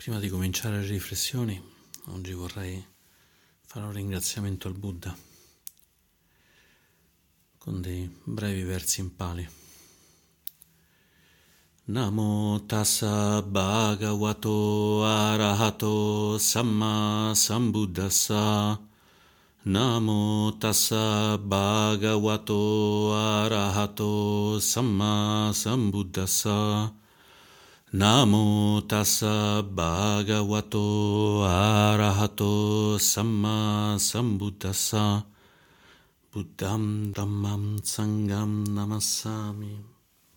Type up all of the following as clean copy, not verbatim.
Prima di cominciare le riflessioni, oggi vorrei fare un ringraziamento al Buddha con dei brevi versi in Pali. Namo tassa bhagavato arahato samma sambuddhassa. Namo tassa bhagavato arahato samma sambuddhassa. Namo tassa bhagavato arahato samma sambuddhassa. Buddham dhammam sangham namassami.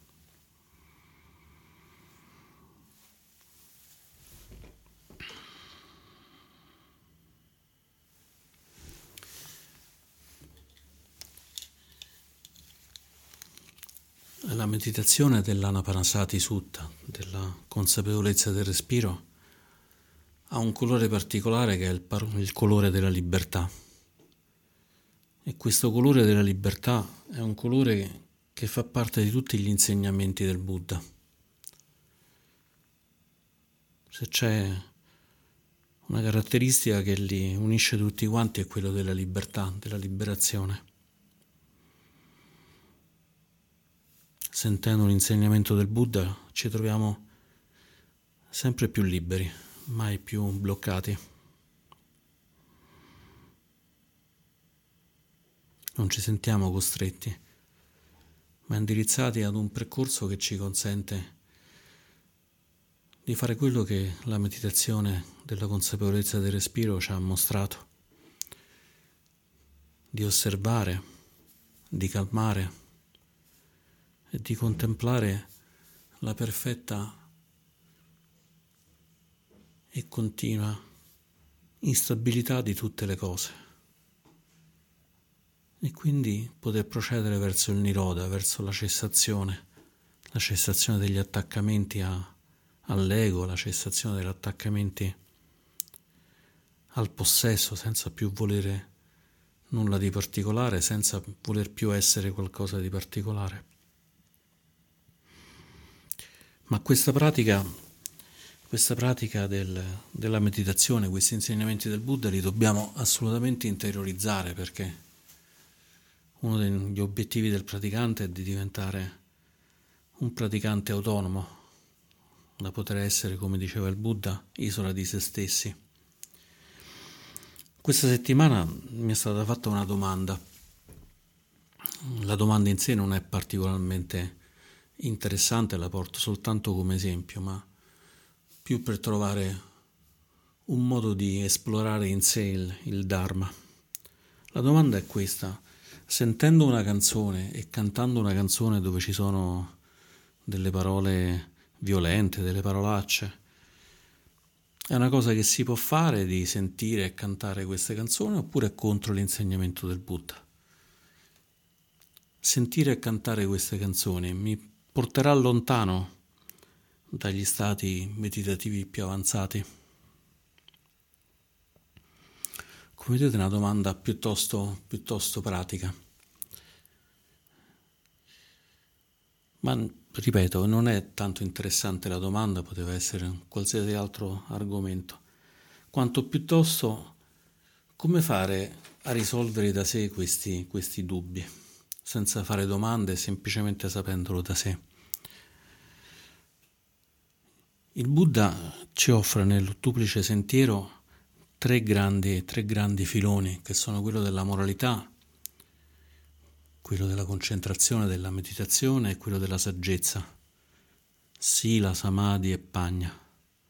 La meditazione dell'Anapanasati Sutta, della consapevolezza del respiro, ha un colore particolare che è il colore della libertà. E questo colore della libertà è un colore che fa parte di tutti gli insegnamenti del Buddha. Se c'è una caratteristica che li unisce tutti quanti è quello della libertà, della liberazione. Sentendo l'insegnamento del Buddha ci troviamo sempre più liberi, mai più bloccati. Non ci sentiamo costretti, ma indirizzati ad un percorso che ci consente di fare quello che la meditazione della consapevolezza del respiro ci ha mostrato, di osservare, di calmare e di contemplare la perfetta e continua instabilità di tutte le cose e quindi poter procedere verso il Niroda, verso la cessazione degli attaccamenti all'ego, la cessazione degli attaccamenti al possesso, senza più volere nulla di particolare, senza voler più essere qualcosa di particolare. Ma questa pratica della meditazione, questi insegnamenti del Buddha li dobbiamo assolutamente interiorizzare, perché uno degli obiettivi del praticante è di diventare un praticante autonomo, da poter essere, come diceva il Buddha, isola di se stessi. Questa settimana mi è stata fatta una domanda. La domanda in sé non è particolarmente interessante, la porto soltanto come esempio, ma più per trovare un modo di esplorare in sé il Dharma. La domanda è questa: sentendo una canzone e cantando una canzone dove ci sono delle parole violente, delle parolacce, è una cosa che si può fare di sentire e cantare queste canzoni, oppure è contro l'insegnamento del Buddha? Sentire e cantare queste canzoni mi porterà lontano dagli stati meditativi più avanzati? Come vedete, è una domanda piuttosto pratica. Ma ripeto, non è tanto interessante la domanda, poteva essere un qualsiasi altro argomento, quanto piuttosto come fare a risolvere da sé questi dubbi, senza fare domande, semplicemente sapendolo da sé. Il Buddha ci offre nell'ottuplice sentiero tre grandi filoni, che sono quello della moralità, quello della concentrazione, della meditazione e quello della saggezza, sila, samadhi e pagna.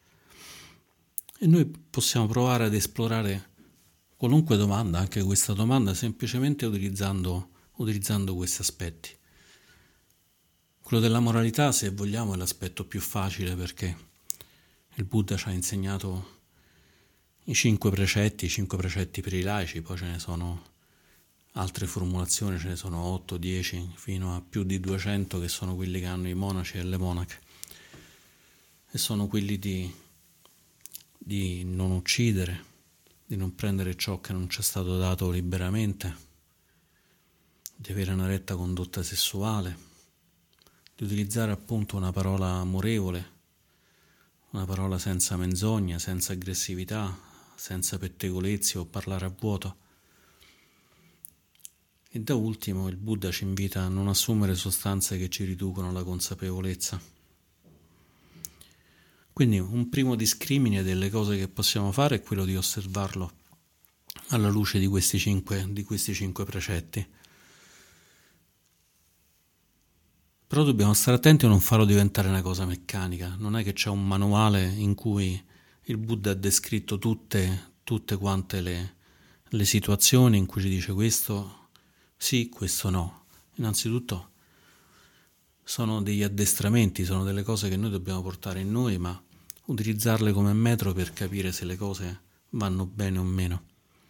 E noi possiamo provare ad esplorare qualunque domanda, anche questa domanda, semplicemente utilizzando questi aspetti. Quello della moralità, se vogliamo, è l'aspetto più facile, perché il Buddha ci ha insegnato i 5 precetti per i laici, poi ce ne sono altre formulazioni, ce ne sono 8, 10, fino a più di 200 che sono quelli che hanno i monaci e le monache, e sono quelli di non uccidere, di non prendere ciò che non ci è stato dato liberamente, di avere una retta condotta sessuale, di utilizzare appunto una parola amorevole, una parola senza menzogna, senza aggressività, senza pettegolezzi o parlare a vuoto. E da ultimo il Buddha ci invita a non assumere sostanze che ci riducono alla consapevolezza. Quindi un primo discrimine delle cose che possiamo fare è quello di osservarlo alla luce di questi cinque precetti. Però dobbiamo stare attenti a non farlo diventare una cosa meccanica. Non è che c'è un manuale in cui il Buddha ha descritto tutte quante le situazioni in cui ci dice questo sì, questo no. Innanzitutto sono degli addestramenti, sono delle cose che noi dobbiamo portare in noi, ma utilizzarle come metro per capire se le cose vanno bene o meno.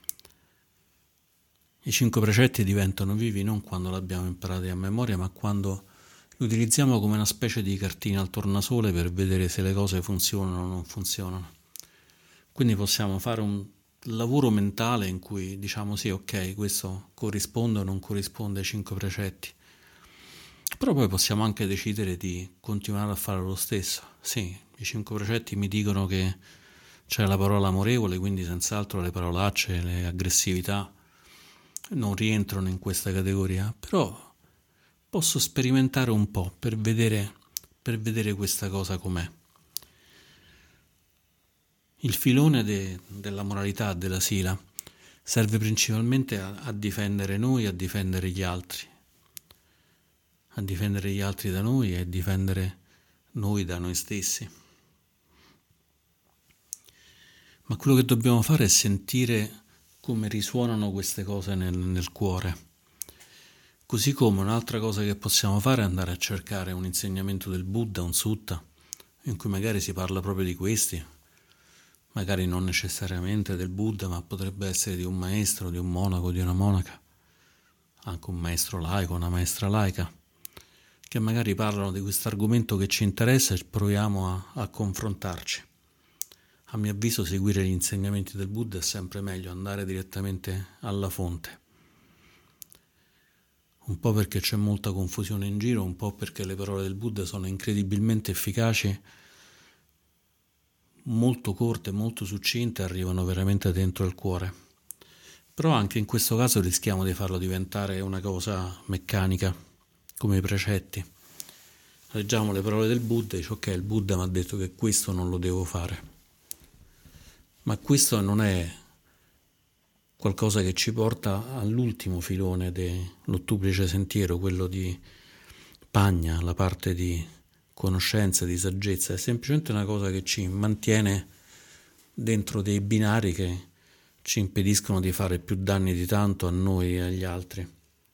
I 5 precetti diventano vivi non quando l'abbiamo imparati a memoria, ma quando li utilizziamo come una specie di cartina al tornasole per vedere se le cose funzionano o non funzionano. Quindi possiamo fare un lavoro mentale in cui diciamo sì, ok, questo corrisponde o non corrisponde ai 5 precetti. Però poi possiamo anche decidere di continuare a fare lo stesso. Sì, i 5 precetti mi dicono che c'è la parola amorevole, quindi senz'altro le parolacce, le aggressività non rientrano in questa categoria, però posso sperimentare un po' per vedere questa cosa com'è. Il filone della moralità, della sila, serve principalmente a difendere noi, a difendere gli altri da noi e a difendere noi da noi stessi. Ma quello che dobbiamo fare è sentire come risuonano queste cose nel cuore. Così come un'altra cosa che possiamo fare è andare a cercare un insegnamento del Buddha, un sutta, in cui magari si parla proprio di questi, magari non necessariamente del Buddha, ma potrebbe essere di un maestro, di un monaco, di una monaca, anche un maestro laico, una maestra laica, che magari parlano di questo argomento che ci interessa e proviamo a confrontarci. A mio avviso seguire gli insegnamenti del Buddha è sempre meglio, andare direttamente alla fonte. Un po' perché c'è molta confusione in giro, un po' perché le parole del Buddha sono incredibilmente efficaci, molto corte, molto succinte, arrivano veramente dentro il cuore. Però anche in questo caso rischiamo di farlo diventare una cosa meccanica, come i precetti. Leggiamo le parole del Buddha e dice ok, il Buddha mi ha detto che questo non lo devo fare. Ma questo non è qualcosa che ci porta all'ultimo filone dell'ottuplice sentiero, quello di Pagna, la parte di conoscenza, di saggezza. È semplicemente una cosa che ci mantiene dentro dei binari che ci impediscono di fare più danni di tanto a noi e agli altri.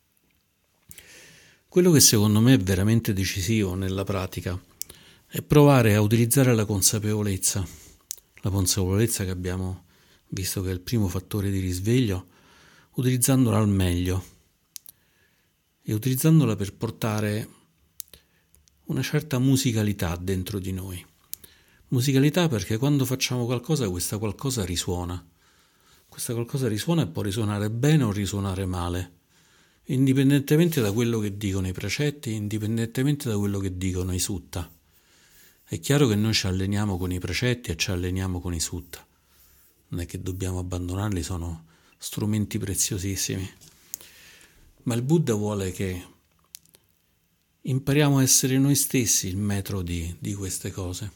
Quello che secondo me è veramente decisivo nella pratica è provare a utilizzare la consapevolezza che abbiamo visto che è il primo fattore di risveglio, utilizzandola al meglio e utilizzandola per portare una certa musicalità dentro di noi. Musicalità perché quando facciamo qualcosa, questa qualcosa risuona. Questa qualcosa risuona e può risuonare bene o risuonare male, indipendentemente da quello che dicono i precetti, indipendentemente da quello che dicono i sutta. È chiaro che noi ci alleniamo con i precetti e ci alleniamo con i sutta. Non è che dobbiamo abbandonarli, sono strumenti preziosissimi. Ma il Buddha vuole che impariamo a essere noi stessi il metro di queste cose.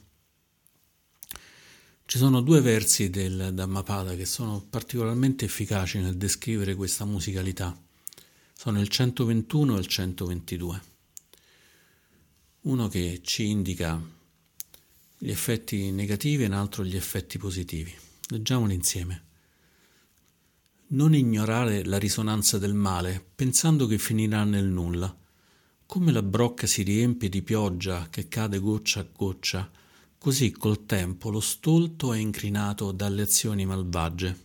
Ci sono 2 versi del Dhammapada che sono particolarmente efficaci nel descrivere questa musicalità. Sono il 121 e il 122. Uno che ci indica gli effetti negativi e un altro gli effetti positivi. Leggiamoli insieme. Non ignorare la risonanza del male, pensando che finirà nel nulla. Come la brocca si riempie di pioggia che cade goccia a goccia, così col tempo lo stolto è incrinato dalle azioni malvagie.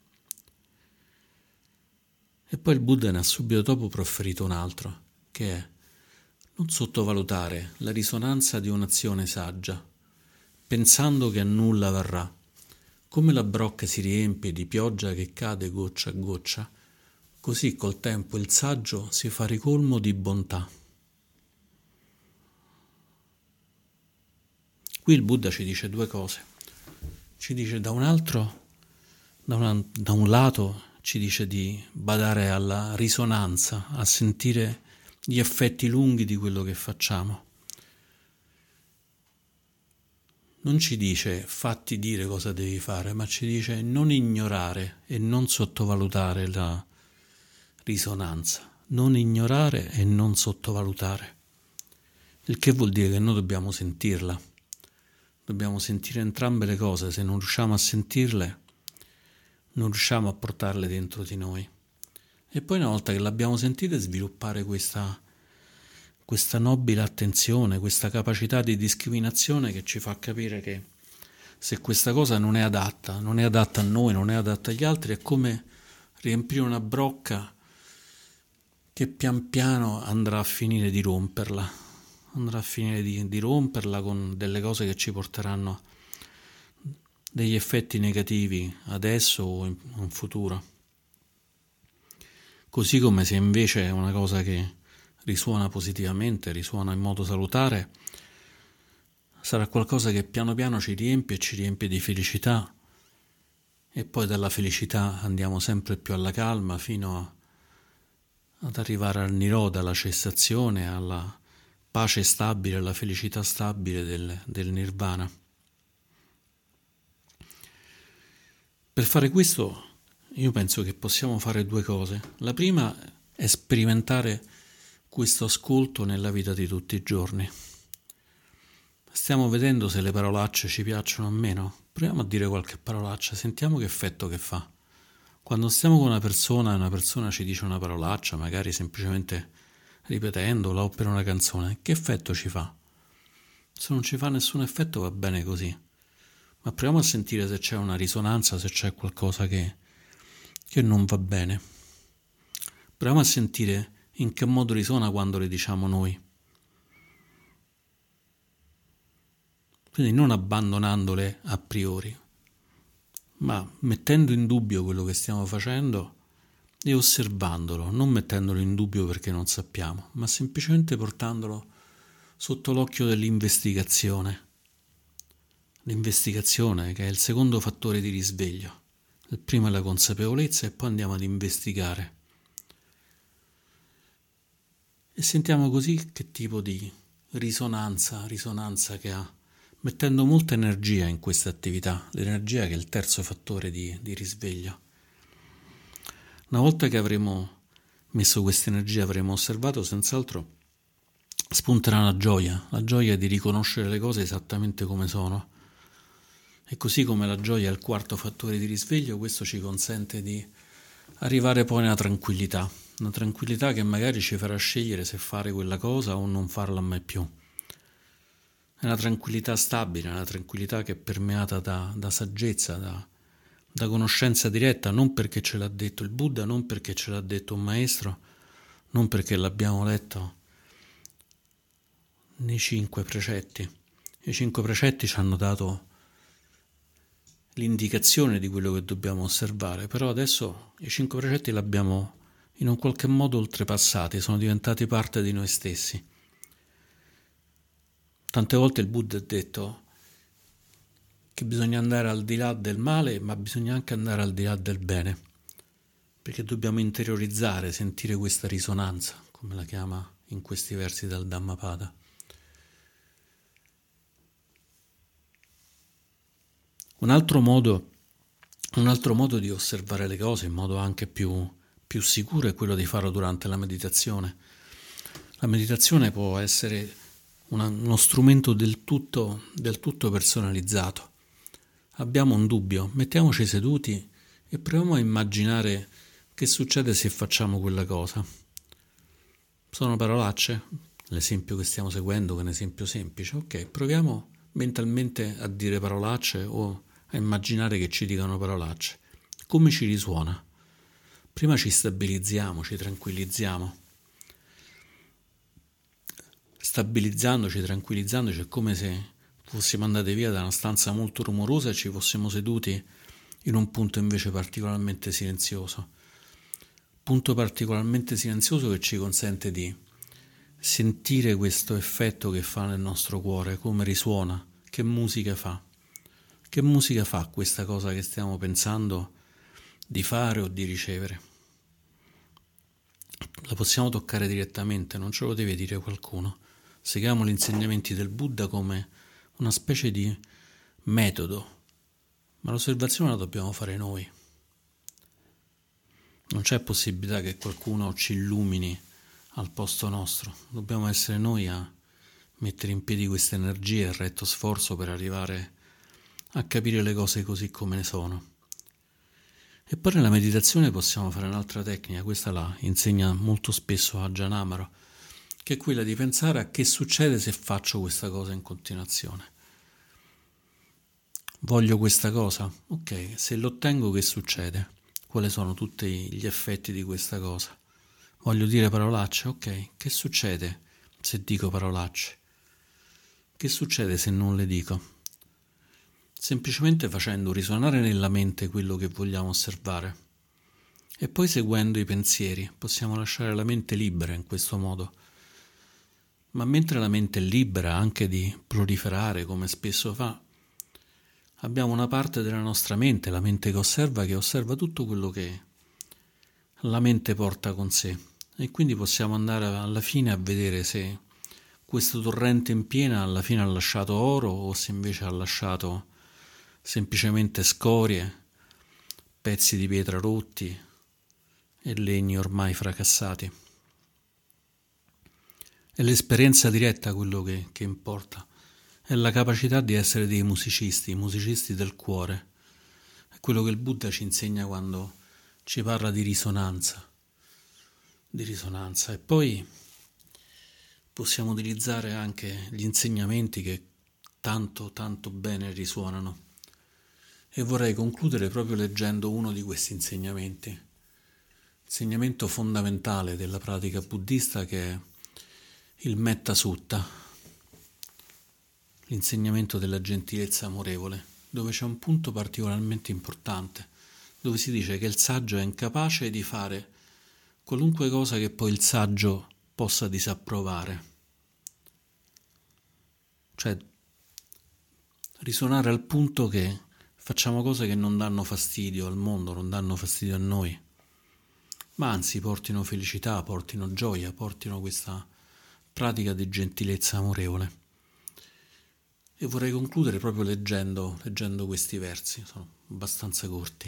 E poi il Buddha ne ha subito dopo profferito un altro, che è non sottovalutare la risonanza di un'azione saggia, pensando che a nulla varrà. Come la brocca si riempie di pioggia che cade goccia a goccia, così col tempo il saggio si fa ricolmo di bontà. Qui il Buddha ci dice due cose. Ci dice da un lato ci dice di badare alla risonanza, a sentire gli effetti lunghi di quello che facciamo. Non ci dice fatti dire cosa devi fare, ma ci dice non ignorare e non sottovalutare la risonanza. Non ignorare e non sottovalutare. Il che vuol dire che noi dobbiamo sentirla. Dobbiamo sentire entrambe le cose. Se non riusciamo a sentirle, non riusciamo a portarle dentro di noi. E poi una volta che l'abbiamo sentita, sviluppare questa nobile attenzione, questa capacità di discriminazione che ci fa capire che se questa cosa non è adatta a noi, non è adatta agli altri, è come riempire una brocca che pian piano andrà a finire di romperla, di romperla con delle cose che ci porteranno degli effetti negativi adesso o in futuro. Così come se invece è una cosa che risuona positivamente, risuona in modo salutare, sarà qualcosa che piano piano ci riempie di felicità, e poi dalla felicità andiamo sempre più alla calma fino ad arrivare al niroda, alla cessazione, alla pace stabile, alla felicità stabile del nirvana. Per fare questo io penso che possiamo fare due cose. La prima è sperimentare questo ascolto nella vita di tutti i giorni. Stiamo vedendo se le parolacce ci piacciono o meno. Proviamo a dire qualche parolaccia, sentiamo che effetto che fa. Quando stiamo con una persona e una persona ci dice una parolaccia, magari semplicemente ripetendola o per una canzone, che effetto ci fa? Se non ci fa nessun effetto va bene così. Ma proviamo a sentire se c'è una risonanza, se c'è qualcosa che non va bene. Proviamo a sentire in che modo risuona quando le diciamo noi. Quindi non abbandonandole a priori, ma mettendo in dubbio quello che stiamo facendo e osservandolo, non mettendolo in dubbio perché non sappiamo, ma semplicemente portandolo sotto l'occhio dell'investigazione. L'investigazione che è il secondo fattore di risveglio. Il primo è la consapevolezza e poi andiamo ad investigare. E sentiamo così che tipo di risonanza che ha, mettendo molta energia in questa attività, l'energia che è il terzo fattore di risveglio. Una volta che avremo messo questa energia, avremo osservato, senz'altro spunterà la gioia di riconoscere le cose esattamente come sono. E così come la gioia è il quarto fattore di risveglio, questo ci consente di arrivare poi alla tranquillità, una tranquillità che magari ci farà scegliere se fare quella cosa o non farla mai più. È una tranquillità stabile, una tranquillità che è permeata da saggezza, da conoscenza diretta, non perché ce l'ha detto il Buddha, non perché ce l'ha detto un maestro, non perché l'abbiamo letto nei 5 precetti. I 5 precetti ci hanno dato l'indicazione di quello che dobbiamo osservare, però adesso i 5 precetti li abbiamo in un qualche modo oltrepassati, sono diventati parte di noi stessi. Tante volte il Buddha ha detto che bisogna andare al di là del male, ma bisogna anche andare al di là del bene, perché dobbiamo interiorizzare, sentire questa risonanza, come la chiama in questi versi dal Dhammapada. Un altro modo di osservare le cose in modo anche più sicuro è quello di farlo durante la meditazione. La meditazione può essere uno strumento del tutto personalizzato. Abbiamo un dubbio, mettiamoci seduti e proviamo a immaginare che succede se facciamo quella cosa. Sono parolacce? L'esempio che stiamo seguendo è un esempio semplice. Ok, proviamo mentalmente a dire parolacce o a immaginare che ci dicano parolacce. Come ci risuona? Prima ci stabilizziamo, ci tranquillizziamo. Stabilizzandoci, tranquillizzandoci, è come se fossimo andati via da una stanza molto rumorosa e ci fossimo seduti in un punto invece particolarmente silenzioso. Punto particolarmente silenzioso che ci consente di sentire questo effetto che fa nel nostro cuore, come risuona, che musica fa? Che musica fa questa cosa che stiamo pensando di fare o di ricevere? La possiamo toccare direttamente, non ce lo deve dire qualcuno. Seguiamo gli insegnamenti del Buddha come una specie di metodo, ma l'osservazione la dobbiamo fare noi. Non c'è possibilità che qualcuno ci illumini al posto nostro, dobbiamo essere noi a mettere in piedi queste energie e il retto sforzo per arrivare a capire le cose così come ne sono. E poi nella meditazione possiamo fare un'altra tecnica, questa la insegna molto spesso Ajahn Amaro, che è quella di pensare a che succede se faccio questa cosa in continuazione. Voglio questa cosa? Ok, se l'ottengo che succede? Quali sono tutti gli effetti di questa cosa? Voglio dire parolacce? Ok, che succede se dico parolacce? Che succede se non le dico? Semplicemente facendo risuonare nella mente quello che vogliamo osservare e poi seguendo i pensieri possiamo lasciare la mente libera in questo modo. Ma mentre la mente è libera anche di proliferare come spesso fa, abbiamo una parte della nostra mente, la mente che osserva tutto quello che la mente porta con sé e quindi possiamo andare alla fine a vedere se questo torrente in piena alla fine ha lasciato oro o se invece ha lasciato semplicemente scorie, pezzi di pietra rotti e legni ormai fracassati. È l'esperienza diretta quello che importa, è la capacità di essere dei musicisti, i musicisti del cuore. È quello che il Buddha ci insegna quando ci parla di risonanza. E poi possiamo utilizzare anche gli insegnamenti che tanto bene risuonano. E vorrei concludere proprio leggendo uno di questi insegnamenti, insegnamento fondamentale della pratica buddista che è il Metta Sutta, l'insegnamento della gentilezza amorevole, dove c'è un punto particolarmente importante, dove si dice che il saggio è incapace di fare qualunque cosa che poi il saggio possa disapprovare. Cioè, risuonare al punto che facciamo cose che non danno fastidio al mondo, non danno fastidio a noi, ma anzi portino felicità, portino gioia, portino questa pratica di gentilezza amorevole. E vorrei concludere proprio leggendo questi versi, sono abbastanza corti.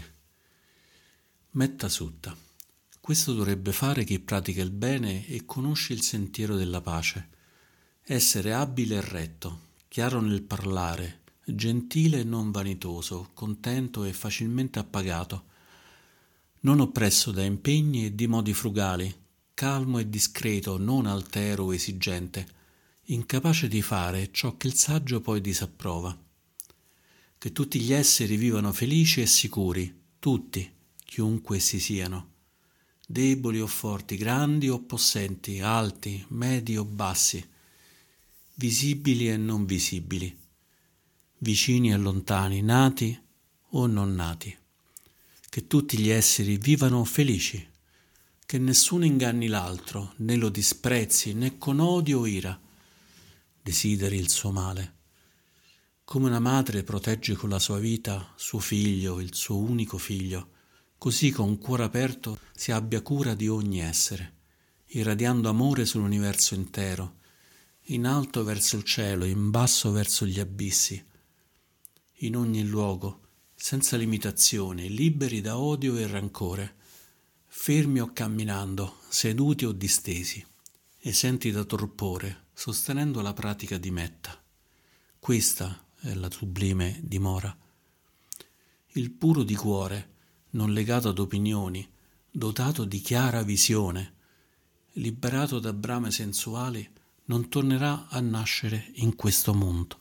Metta Sutta. Questo dovrebbe fare chi pratica il bene e conosce il sentiero della pace. Essere abile e retto, chiaro nel parlare, gentile e non vanitoso, contento e facilmente appagato, non oppresso da impegni e di modi frugali, calmo e discreto, non altero o esigente, incapace di fare ciò che il saggio poi disapprova. Che tutti gli esseri vivano felici e sicuri, tutti, chiunque essi siano, deboli o forti, grandi o possenti, alti, medi o bassi, visibili e non visibili, vicini e lontani, nati o non nati. Che tutti gli esseri vivano felici, che nessuno inganni l'altro, né lo disprezzi, né con odio o ira desideri il suo male. Come una madre protegge con la sua vita suo figlio, il suo unico figlio, così con cuore aperto si abbia cura di ogni essere, irradiando amore sull'universo intero, in alto verso il cielo, in basso verso gli abissi, in ogni luogo, senza limitazione, liberi da odio e rancore, fermi o camminando, seduti o distesi, esenti da torpore, sostenendo la pratica di metta. Questa è la sublime dimora. Il puro di cuore, non legato ad opinioni, dotato di chiara visione, liberato da brame sensuali, non tornerà a nascere in questo mondo.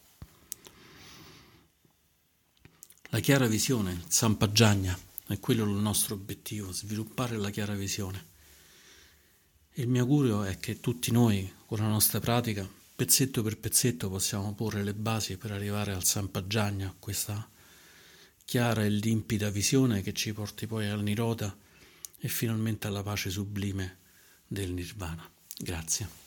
La chiara visione, il Sampajanya, è quello il nostro obiettivo, sviluppare la chiara visione. E il mio augurio è che tutti noi, con la nostra pratica, pezzetto per pezzetto possiamo porre le basi per arrivare al Sampajanya, questa chiara e limpida visione che ci porti poi al Nirodha e finalmente alla pace sublime del Nirvana. Grazie.